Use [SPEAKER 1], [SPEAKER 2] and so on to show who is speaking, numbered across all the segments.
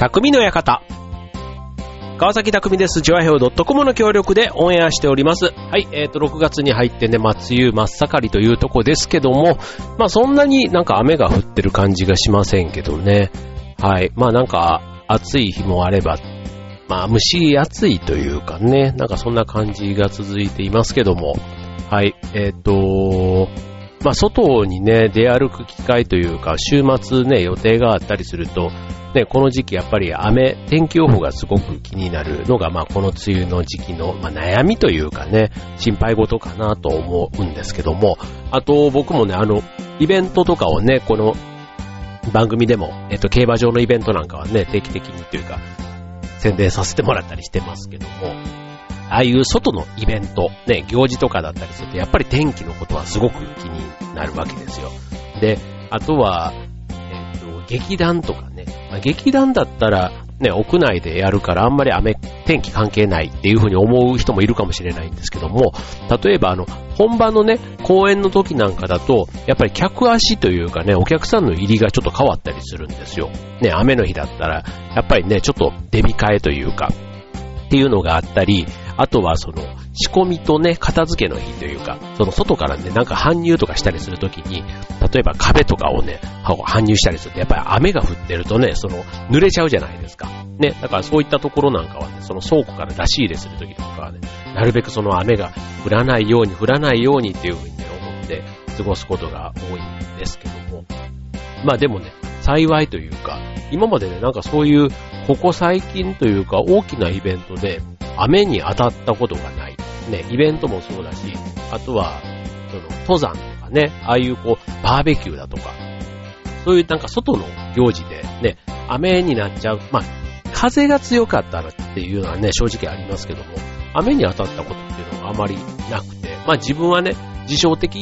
[SPEAKER 1] 匠の館。川崎匠です。ジョアヘオ .com の協力でオンエアしております。はい、6月に入ってね、梅雨真っ盛りというとこですけども、そんなになんか雨が降ってる感じがしませんけどね。はい、なんか暑い日もあれば、蒸し暑いというかね、なんかそんな感じが続いていますけども、はい、外にね、出歩く機会というか、週末ね、予定があったりすると、ね、この時期やっぱり天気予報がすごく気になるのが、この梅雨の時期の、悩みというかね、心配事かなと思うんですけども、あと僕もね、イベントとかをね、この番組でも、競馬場のイベントなんかはね、定期的にというか、宣伝させてもらったりしてますけども、ああいう外のイベント、ね、行事とかだったりすると、やっぱり天気のことはすごく気になるわけですよ。で、あとは、劇団とかね、劇団だったら、ね、屋内でやるからあんまり天気関係ないっていう風に思う人もいるかもしれないんですけども、例えば本番のね、公演の時なんかだと、やっぱり客足というかね、お客さんの入りがちょっと変わったりするんですよ。ね、雨の日だったら、やっぱりね、ちょっと出控えというか、っていうのがあったり、あとは仕込みとね、片付けの日というか、外からね、なんか搬入とかしたりするときに、例えば壁とかをね、搬入したりすると、やっぱり雨が降ってるとね、濡れちゃうじゃないですか。ね、だからそういったところなんかはね、倉庫から出し入れするときとかはね、なるべく雨が降らないようにっていうふうにね、思って過ごすことが多いんですけども。でもね、幸いというか、今までね、なんかそういう、ここ最近というか、大きなイベントで、雨に当たったことがない。ね、イベントもそうだし、あとは、登山とかね、ああいうバーベキューだとか、そういうなんか外の行事でね、雨になっちゃう。風が強かったらっていうのはね、正直ありますけども、雨に当たったことっていうのがあまりなくて、自分はね、自称晴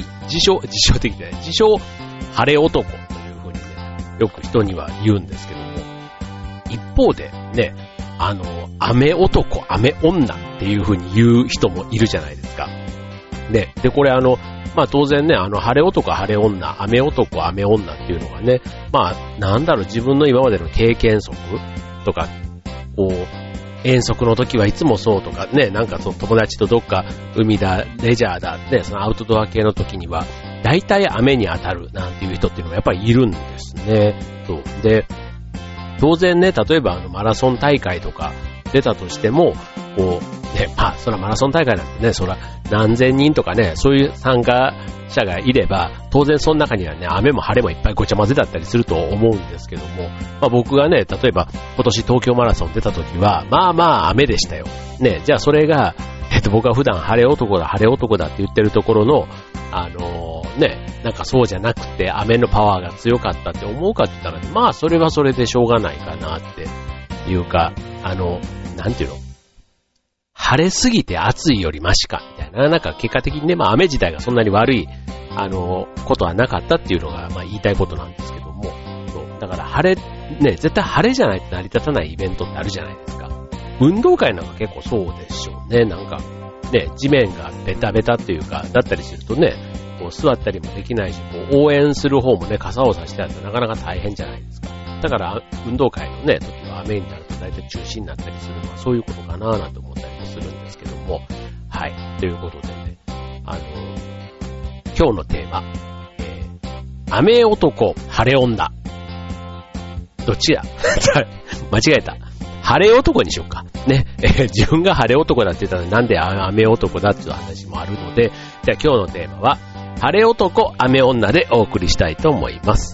[SPEAKER 1] れ男というふうにね、よく人には言うんですけども、一方でね、雨男、雨女っていう風に言う人もいるじゃないですか。で、これ当然ね、晴れ男、晴れ女、雨男、雨女っていうのがね、自分の今までの経験則とか、遠足の時はいつもそうとかね、なんか友達とどっか海だ、レジャーだ、ね、アウトドア系の時には、大体雨に当たるなんていう人っていうのがやっぱりいるんですね。そう。で、当然ね、例えばマラソン大会とか出たとしても、そらマラソン大会なんてね、そら何千人とかね、そういう参加者がいれば、当然その中にはね、雨も晴れもいっぱいごちゃ混ぜだったりすると思うんですけども、僕がね、例えば今年東京マラソン出た時は、雨でしたよ。ね、じゃあそれが、僕は普段晴れ男だって言ってるところの、なんかそうじゃなくて雨のパワーが強かったって思うかって言ったら、それはそれでしょうがないかなっていうか、なんていうの、晴れすぎて暑いよりマシかみたいな、なんか結果的にね、雨自体がそんなに悪いことはなかったっていうのが言いたいことなんですけども、そうだから絶対晴れじゃないと成り立たないイベントってあるじゃないですか。運動会なんか結構そうでしょうね。なんかね、地面がベタベタっていうかだったりするとね、座ったりもできないし、応援する方もね、傘を差してあるとなかなか大変じゃないですか。だから運動会のね、時は雨になると大体中止になったりするのはそういうことかななんて思ったりもするんですけども、はい、ということでね、今日のテーマ、雨男、晴れ女。どっちや間違えた。晴れ男にしようか。ね、自分が晴れ男だって言ったらなんで雨男だっていう話もあるので、じゃあ今日のテーマは、晴れ男、雨女でお送りしたいと思います。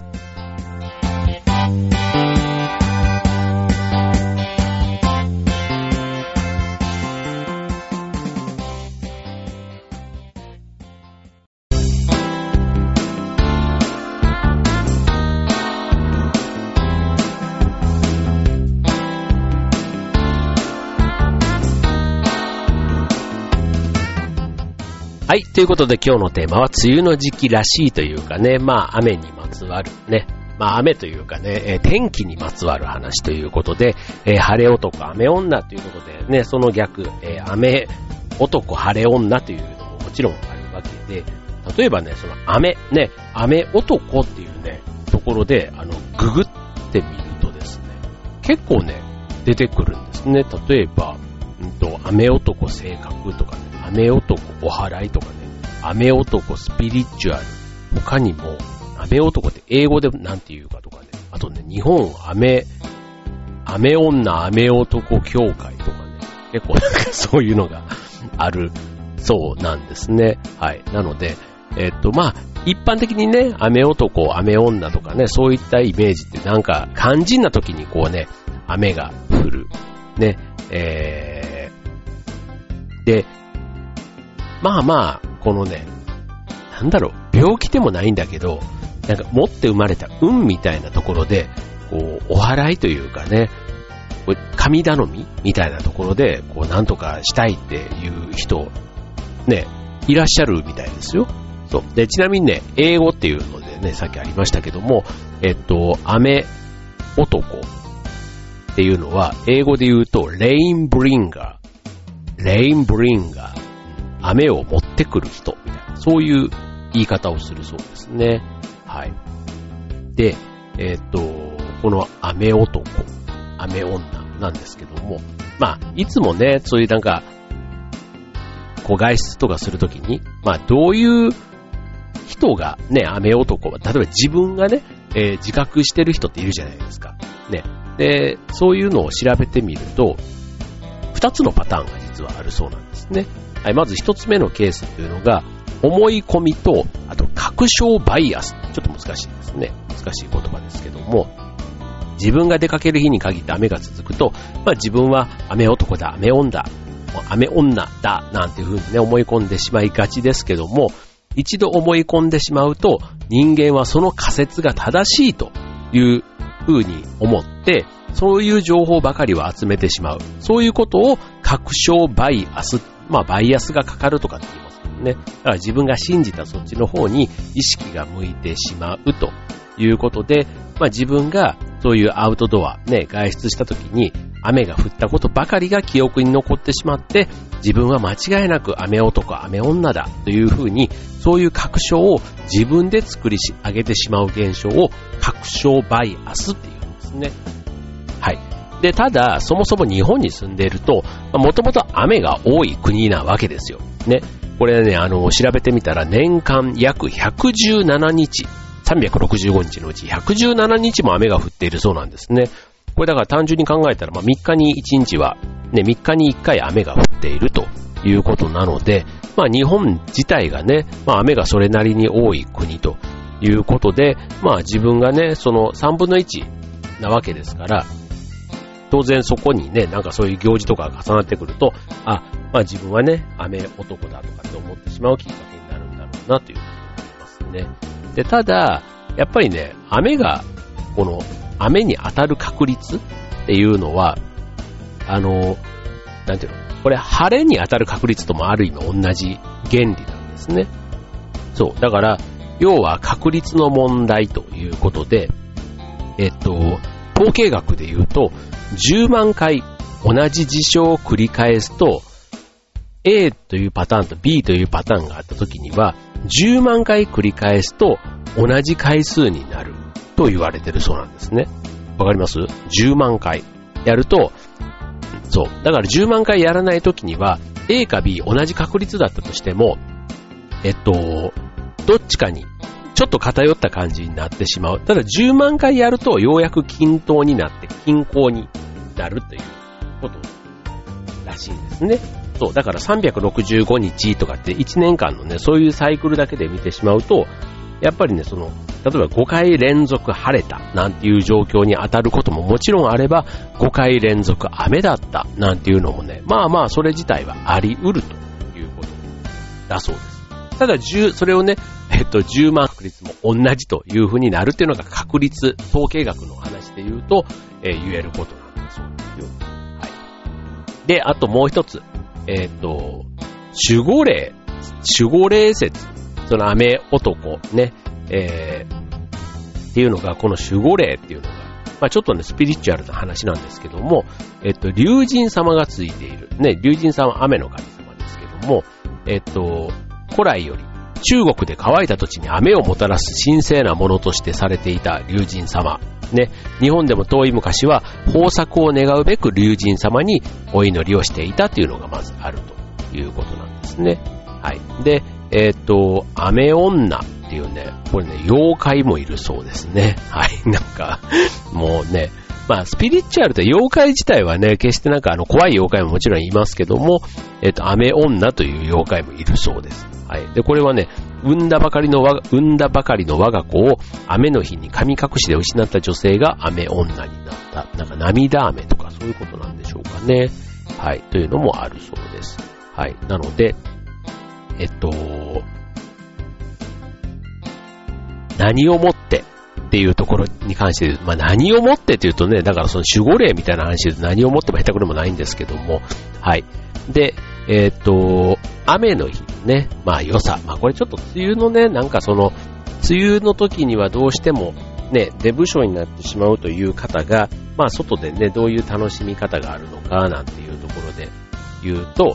[SPEAKER 1] はい。ということで今日のテーマは梅雨の時期らしいというかね、雨にまつわるね、雨というかね、天気にまつわる話ということで、晴れ男、雨女ということでね、その逆、雨男、晴れ女というのももちろんあるわけで、例えばね、その雨男っていうね、ところで、ググってみるとですね、 結構ね、出てくるんですね。例えば、雨男性格とかね、雨男お祓いとかね、雨男スピリチュアル、他にも、雨男って英語でなんて言うかとかね、あとね、日本雨女雨男協会とかね、結構なんかそういうのがあるそうなんですね。はい。なので、まあ、一般的にね、雨男、雨女とかね、そういったイメージってなんか肝心な時にこうね、雨が降る。ね、で、まあまあ、このね、なんだろう、病気でもないんだけど、なんか持って生まれた運みたいなところで、こう、お祓いというかね、神頼みみたいなところで、こう、なんとかしたいっていう人、ね、いらっしゃるみたいですよ。そう。で、ちなみにね、英語っていうのでね、さっきありましたけども、雨男っていうのは、英語で言うと、レインブリンガー、雨を持ってくる人、みたいな、そういう言い方をするそうですね。はい。で、この雨男、雨女なんですけども、まあ、いつもね、そういうなんか、こう外出とかするときに、まあ、どういう人がね、雨男は、例えば自分がね、自覚してる人っているじゃないですか。ね。で、そういうのを調べてみると、2つのパターンが実はあるそうなんですね。はい、まず1つ目のケースっていうのが、思い込みと、あと確証バイアス。ちょっと難しいですね。難しい言葉ですけども、自分が出かける日に限って雨が続くと、まあ自分は雨男だ、雨女だ、なんていうふうにね、思い込んでしまいがちですけども、一度思い込んでしまうと、人間はその仮説が正しいというふうに思って、そういう情報ばかりを集めてしまう。そういうことを確証バイアス、まあバイアスがかかるとかって言いますよね。だから自分が信じたそっちの方に意識が向いてしまうということで、まあ自分がそういうアウトドア、ね、外出した時に雨が降ったことばかりが記憶に残ってしまって、自分は間違いなく雨男、雨女だというふうに、そういう確証を自分で作り上げてしまう現象を確証バイアスっていうんですね。はい。で、ただ、そもそも日本に住んでいると、もともと雨が多い国なわけですよ。ね。これね、調べてみたら年間約117日、365日のうち117日も雨が降っているそうなんですね。これだから単純に考えたら、3日に1日は、ね、3日に1回雨が降っているということなので、日本自体がね、雨がそれなりに多い国ということで、自分がね、その3分の1なわけですから、当然そこにね、なんかそういう行事とかが重なってくると、自分はね、雨男だとかって思ってしまうきっかけになるんだろうなというふうに思いますね。で、ただ、やっぱりね、この雨に当たる確率っていうのは、なんていうの、これ晴れに当たる確率ともある意味同じ原理なんですね。そう。だから、要は確率の問題ということで、統計学で言うと、10万回同じ事象を繰り返すと、A というパターンと B というパターンがあったときには、10万回繰り返すと同じ回数になると言われてるそうなんですね。わかります？ 10 万回やると、そう。だから10万回やらないときには、A か B 同じ確率だったとしても、どっちかにちょっと偏った感じになってしまう。ただ10万回やるとようやく均等になって均衡になるということらしいんですね。そう。だから365日とかって1年間のね、そういうサイクルだけで見てしまうと、やっぱりね、例えば5回連続晴れたなんていう状況に当たることももちろんあれば、5回連続雨だったなんていうのもね、それ自体はあり得るということだそうです。ただそれをね、10万確率も同じという風になるっていうのが確率、統計学の話で言うと、言えることなんだそうですよ。はい。で、あともう一つ、守護霊説、その雨男ね、っていうのが、この守護霊っていうのが、ちょっとね、スピリチュアルな話なんですけども、龍神様がついている。ね、龍神様は雨の神様ですけども、古来より中国で乾いた土地に雨をもたらす神聖なものとしてされていた龍神様。ね、日本でも遠い昔は豊作を願うべく龍神様にお祈りをしていたというのがまずあるということなんですね。はい。で、雨女っていうね、これね、妖怪もいるそうですね。はい。なんか、もうね、まあ、スピリチュアルって妖怪自体はね、決してなんか怖い妖怪ももちろんいますけども、雨女という妖怪もいるそうです。はい。で、これはね、産んだばかりの我が子を雨の日に神隠しで失った女性が雨女になった。なんか涙雨とかそういうことなんでしょうかね。はい。というのもあるそうです。はい。なので、何をもってっていうところに関して、まあ何をもってっていうとね、だからその守護霊みたいな話で何をもっても下手くれもないんですけども、はい。で、雨の日ね、まあ良さ。まあこれちょっと梅雨のね、なんかその、梅雨の時にはどうしてもね、出不精になってしまうという方が、まあ外でね、どういう楽しみ方があるのかなんていうところで言うと、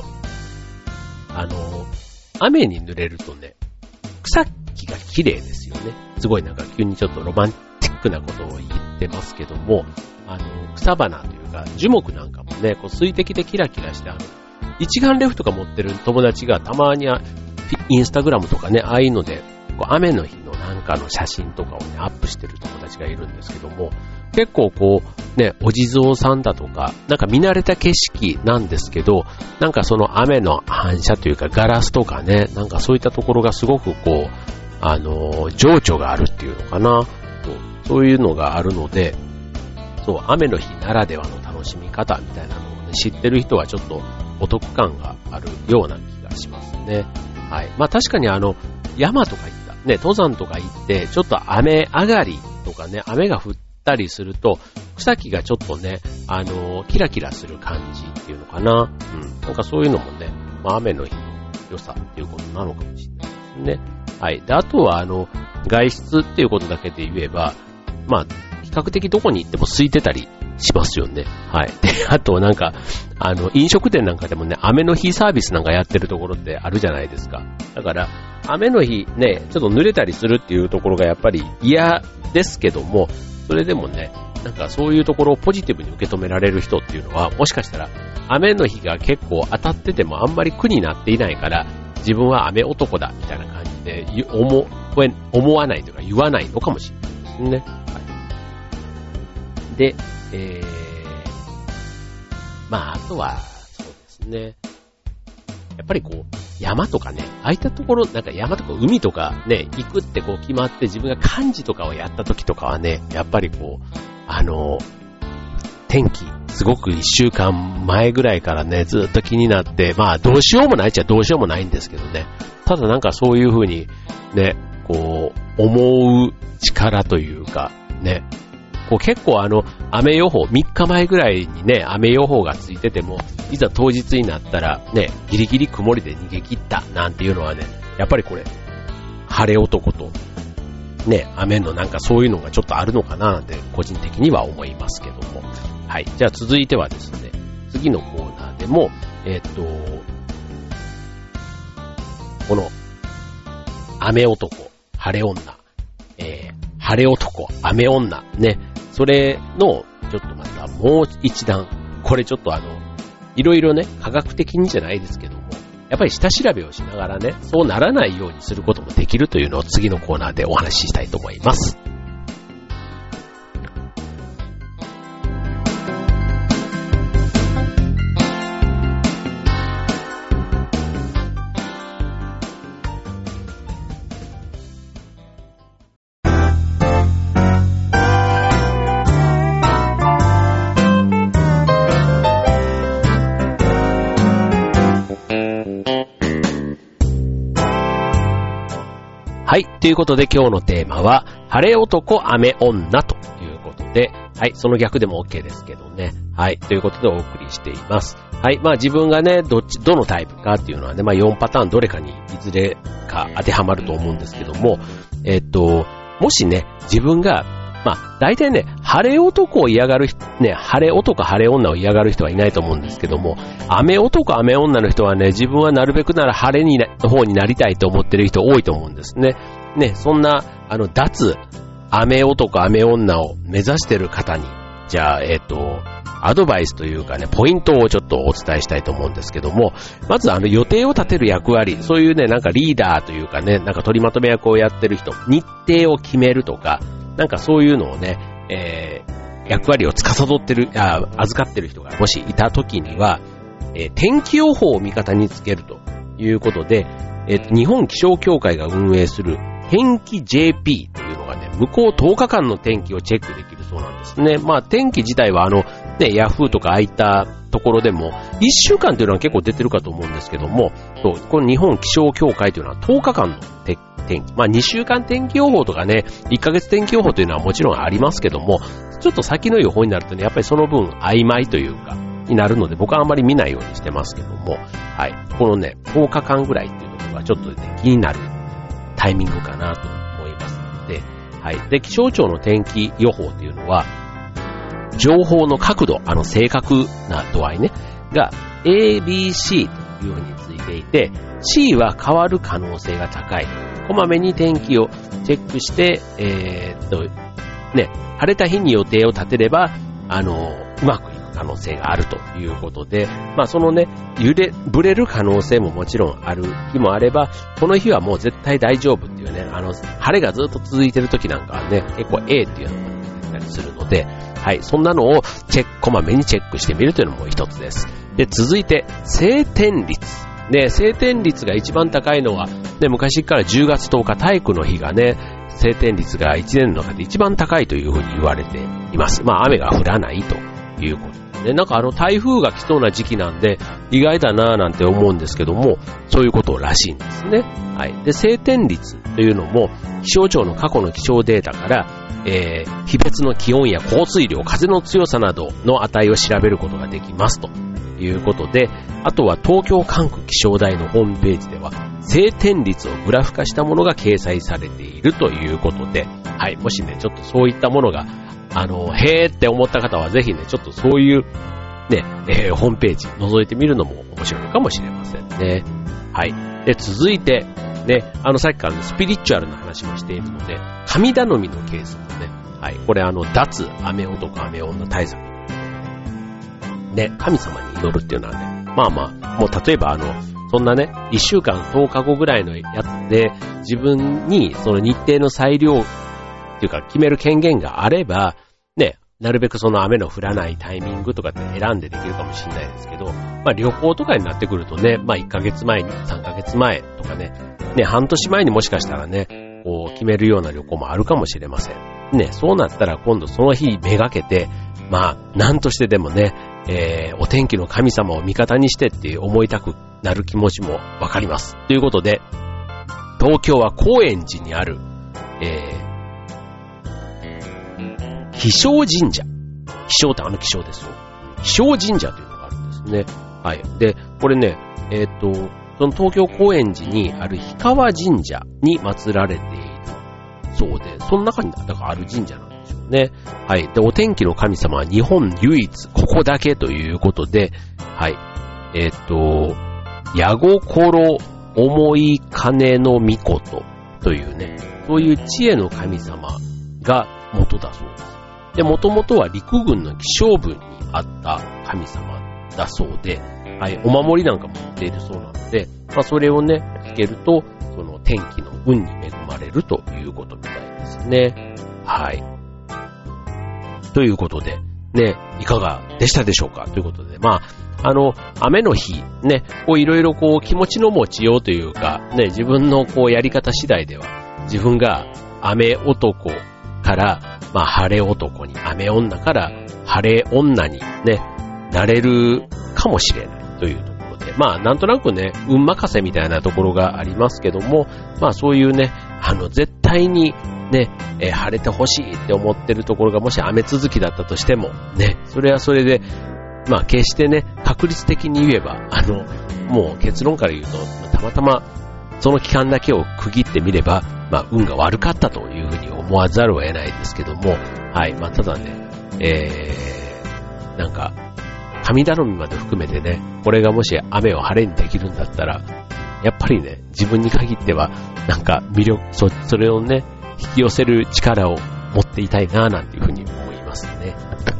[SPEAKER 1] 雨に濡れるとね、草木が綺麗ですよね。すごいなんか急にちょっとロマンチックなことを言ってますけども、草花というか樹木なんかもね、こう水滴でキラキラして一眼レフとか持ってる友達がたまにインスタグラムとかね、ああいうので、こう雨の日のなんかの写真とかをね、アップしてる友達がいるんですけども、結構こう、ね、お地蔵さんだとか、なんか見慣れた景色なんですけど、なんかその雨の反射というかガラスとかね、なんかそういったところがすごくこう、情緒があるっていうのかな、そういうのがあるので、そう、雨の日ならではの楽しみ方みたいなのをね、知ってる人はちょっとお得感があるような気がしますね。はい。まあ確かに山とか行った、ね、登山とか行って、ちょっと雨上がりとかね、雨が降ったりすると、草木がちょっとね、キラキラする感じっていうのかな。うん。なんかそういうのもね、まあ雨の日の良さっていうことなのかもしれないですね。はい。で、あとは外出っていうことだけで言えば、まあ、比較的どこに行っても空いてたりしますよね。はい。で、あとなんか、飲食店なんかでもね、雨の日サービスなんかやってるところってあるじゃないですか。だから、雨の日ね、ちょっと濡れたりするっていうところがやっぱり嫌ですけども、それでもね、なんかそういうところをポジティブに受け止められる人っていうのは、もしかしたら、雨の日が結構当たっててもあんまり苦になっていないから、自分は雨男だみたいな感じで思わないというか言わないのかもしれないですね。はい、で、まああとはそうですね。やっぱりこう山とかね、ああいったところなんか山とか海とかね行くってこう決まって自分が漢字とかをやった時とかはね、やっぱりこう天気すごく1週間前ぐらいからねずっと気になって、まあどうしようもないっちゃどうしようもないんですけどね。ただなんかそういう風にね、こう思う力というかね、こう結構雨予報3日前ぐらいにね雨予報がついててもいざ当日になったらねギリギリ曇りで逃げ切ったなんていうのはね、やっぱりこれ晴れ男とね雨のなんかそういうのがちょっとあるのかななんて個人的には思いますけども。はい。じゃあ続いてはですね、次のコーナーでも、この、雨男、晴れ女、晴れ男、雨女、ね、それの、ちょっとまたもう一段、これちょっといろいろね、科学的にじゃないですけども、やっぱり下調べをしながらね、そうならないようにすることもできるというのを次のコーナーでお話ししたいと思います。はい。ということで今日のテーマは、晴れ男、雨女ということで、はい。その逆でも OK ですけどね。はい。ということでお送りしています。はい。まあ自分がね、どのタイプかっていうのはね、まあ4パターンどれかにいずれか当てはまると思うんですけども、もしね、自分が、まあ大体ね、 晴れ男を嫌がる人、ね、晴れ男、晴れ女を嫌がる人はいないと思うんですけども、雨男、雨女の人はね、自分はなるべくなら晴れの方になりたいと思ってる人多いと思うんですね。ね、そんな、脱、雨男、雨女を目指してる方に、じゃあ、アドバイスというかね、ポイントをちょっとお伝えしたいと思うんですけども、まず予定を立てる役割、そういうね、なんかリーダーというかね、なんか取りまとめ役をやってる人、日程を決めるとか、なんかそういうのをね、役割を司ってる、預かってる人がもしいた時には、天気予報を味方につけるということで、日本気象協会が運営する天気 JP というのがね、向こう10日間の天気をチェックできるそうなんですね。まあ天気自体はね、ヤフーとかああいったところでも、1週間というのは結構出てるかと思うんですけども、この日本気象協会というのは10日間の天気。まあ2週間天気予報とかね、1ヶ月天気予報というのはもちろんありますけども、ちょっと先の予報になるとね、やっぱりその分曖昧というか、になるので、僕はあんまり見ないようにしてますけども、はい。このね、10日間ぐらいっていうところがちょっとね、気になるタイミングかなと思いますので、はい。で、気象庁の天気予報っていうのは、情報の角度、正確な度合いね、が A、B、C というようについていて、C は変わる可能性が高い。こまめに天気をチェックして、ね、晴れた日に予定を立てれば、うまくいく可能性があるということで、まあそのね、ブレる可能性ももちろんある日もあれば、この日はもう絶対大丈夫っていうね、晴れがずっと続いてる時なんかはね、結構 A っていうのが出てたりするので、はい、そんなのをこまめにチェックしてみるというのも一つです。で、続いて、晴天率。ね、晴天率が一番高いのは、ね、昔から10月10日体育の日がね、晴天率が1年の中で一番高いというふうに言われています。まあ雨が降らないということですね。なんか台風が来そうな時期なんで意外だなぁなんて思うんですけども、そういうことらしいんですね。はい。で、晴天率というのも気象庁の過去の気象データから、日別の気温や降水量、風の強さなどの値を調べることができますということで、あとは東京管区気象台のホームページでは晴天率をグラフ化したものが掲載されているということで、はい、もしね、ちょっとそういったものが、へーって思った方はぜひね、ちょっとそういうね、ホームページ覗いてみるのも面白いかもしれませんね。はい。で、続いて、ね、さっきからスピリチュアルな話もしているので、神頼みのケースもね、はい、これ脱雨男雨女対策。ね、神様に祈るっていうのはね、まあまあ、もう例えばそんなね、1週間10日後ぐらいのやつで、自分にその日程の裁量っていうか決める権限があれば、ね、なるべくその雨の降らないタイミングとかって選んでできるかもしれないですけど、まあ旅行とかになってくるとね、まあ1ヶ月前に3ヶ月前とかね、半年前にもしかしたらね、こう決めるような旅行もあるかもしれません。ね、そうなったら今度その日めがけて、まあ何としてでもね、お天気の神様を味方にしてって思いたくなる気持ちもわかります。ということで、東京は高円寺にある、気象神社。気象って気象ですよ。気象神社というのがあるんですね。はい。で、これね、その東京高円寺にある氷川神社に祀られているそうで、その中にだからある神社なんでしょうね。はい。で、お天気の神様は日本唯一、ここだけということで、はい。矢心思い金の御事というね、そういう知恵の神様が元だそうです。で、もともとは陸軍の気象部にあった神様だそうで、はい、お守りなんかも持っているそうなので、まあそれをね、つけると、その天気の運に恵まれるということみたいですね。はい。ということで、ね、いかがでしたでしょうかということで、まあ、雨の日、ね、こういろいろこう気持ちの持ちようというか、ね、自分のこうやり方次第では、自分が雨男から、まあ晴れ男に、雨女から晴れ女にね、なれるかもしれないというところで、まあなんとなくね、運任せみたいなところがありますけども、まあそういうね、絶対にね、晴れてほしいって思ってるところがもし雨続きだったとしても、ね、それはそれで、まあ決してね、確率的に言えば、もう結論から言うと、たまたまその期間だけを区切ってみれば、まあ運が悪かったというふうに思わざるを得ないですけども、 はい。まあ、ただね、なんか、神頼みまで含めてね、これがもし雨を晴れにできるんだったら、やっぱりね、自分に限っては、なんか魅力、それをね、引き寄せる力を持っていたいなぁなんていうふうに思いますね。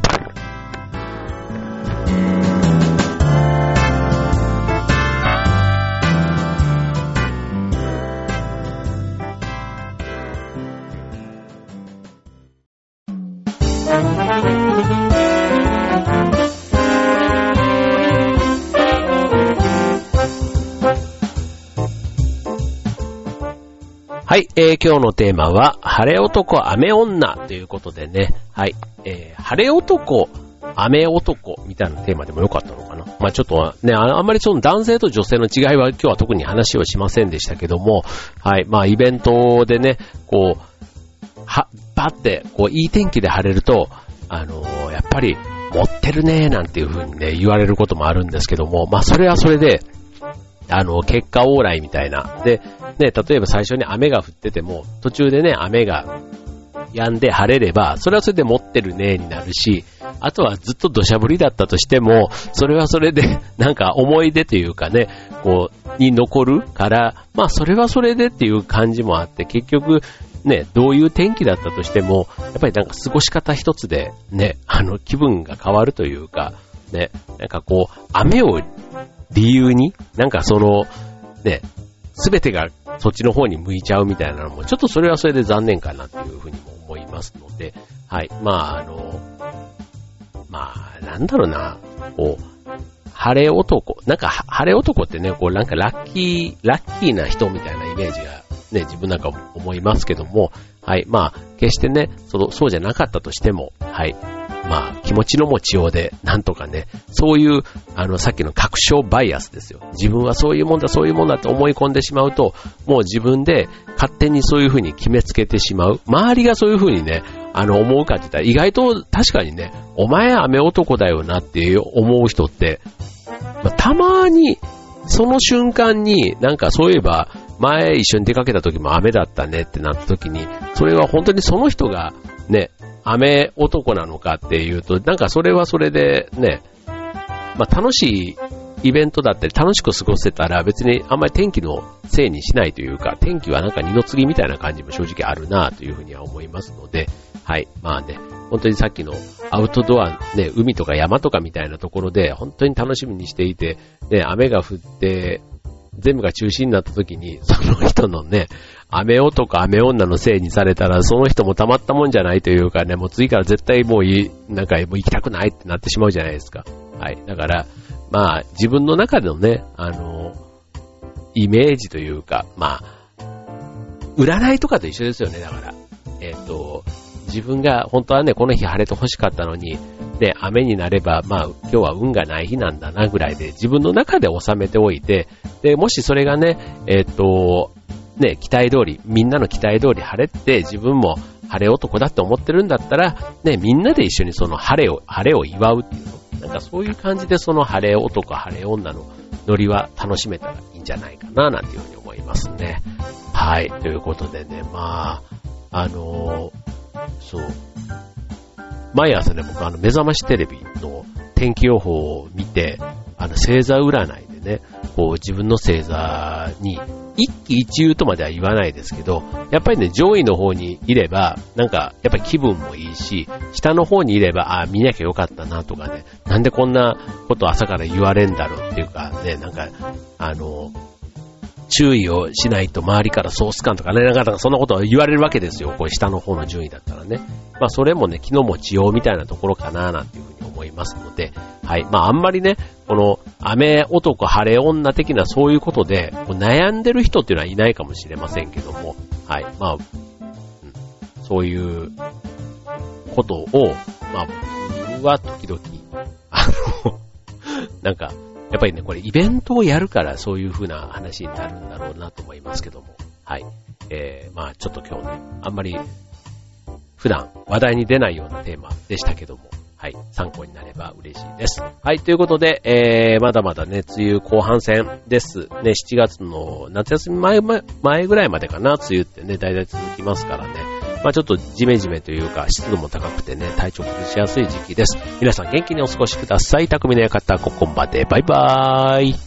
[SPEAKER 1] はい、今日のテーマは、晴れ男、雨女ということでね、はい、晴れ男、雨男みたいなテーマでもよかったのかな。まあちょっとね、あんまりその男性と女性の違いは今日は特に話をしませんでしたけども、はい、まあイベントでね、こう、バって、こう、いい天気で晴れると、やっぱり、持ってるねーなんていう風にね、言われることもあるんですけども、まあそれはそれで、結果オーライみたいな。で、ね、例えば最初に雨が降ってても、途中でね、雨が止んで晴れれば、それはそれで持ってるねになるし、あとはずっと土砂降りだったとしても、それはそれで、なんか思い出というかね、こう、に残るから、まあそれはそれでっていう感じもあって、結局、ね、どういう天気だったとしても、やっぱりなんか過ごし方一つで、ね、気分が変わるというか、ね、なんかこう、雨を理由に、なんかその、ね、すべてがそっちの方に向いちゃうみたいなのも、ちょっとそれはそれで残念かなっていうふうにも思いますので、はい。まあまあ、なんだろうな、こう、晴れ男、なんか晴れ男ってね、こうなんかラッキーな人みたいなイメージがね、自分なんか思いますけども、はい。まあ、決してね、そうじゃなかったとしても、はい。まあ、気持ちの持ちようで、なんとかね、そういう、さっきの確証バイアスですよ。自分はそういうもんだって思い込んでしまうと、もう自分で勝手にそういうふうに決めつけてしまう。周りがそういうふうにね、思うかって言ったら、意外と確かにね、お前雨男だよなって思う人って、まあ、たまに、その瞬間に、なんかそういえば、前一緒に出かけた時も雨だったねってなった時に、それは本当にその人が、ね、雨男なのかっていうと、なんかそれはそれでね、まあ楽しいイベントだったり楽しく過ごせたら別にあんまり天気のせいにしないというか、天気はなんか二の次みたいな感じも正直あるなというふうには思いますので、はい、まあね、本当にさっきのアウトドアね、海とか山とかみたいなところで本当に楽しみにしていて、ね、雨が降って全部が中止になった時に、その人のね、雨男、雨女のせいにされたら、その人もたまったもんじゃないというかね、もう次から絶対もうなんかもう行きたくないってなってしまうじゃないですか。はい。だから、まあ、自分の中でのね、イメージというか、まあ、占いとかと一緒ですよね、だから。自分が本当はね、この日晴れて欲しかったのに、で、雨になれば、まあ、今日は運がない日なんだなぐらいで、自分の中で収めておいて、で、もしそれがね、ね、期待通り、みんなの期待通り晴れて、自分も晴れ男だって思ってるんだったら、ね、みんなで一緒にその晴れを祝うっていうの。なんかそういう感じでその晴れ男、晴れ女のノリは楽しめたらいいんじゃないかな、なんていうふうに思いますね。はい、ということでね、まあ、そう。毎朝ね、僕目覚ましテレビの天気予報を見て、星座占いでね、こう自分の星座に一喜一憂とまでは言わないですけど、やっぱりね、上位の方にいれば、なんか、やっぱり気分もいいし、下の方にいれば、見なきゃよかったなとかね、なんでこんなこと朝から言われんだろうっていうかね、なんか、注意をしないと周りからソース感とかね、なんかそんなことを言われるわけですよ。こう下の方の順位だったらね。まあそれもね、気の持ちようみたいなところかななんていうふうに思いますので、はい。まああんまりね、この雨男晴れ女的なそういうことで悩んでる人っていうのはいないかもしれませんけども、はい。まあ、そういうことを、まあ僕は時々、なんか、やっぱりね、これイベントをやるからそういう風な話になるんだろうなと思いますけども。はい。まあちょっと今日ね、あんまり普段話題に出ないようなテーマでしたけども、はい。参考になれば嬉しいです。はい。ということで、まだまだね、梅雨後半戦です。ね、7月の夏休み前ぐらいまでかな、梅雨ってね、だいたい続きますからね。 まあちょっとジメジメというか湿度も高くてね、体調崩しやすい時期です。皆さん元気にお過ごしください。匠の館、ここまで。バイバーイ。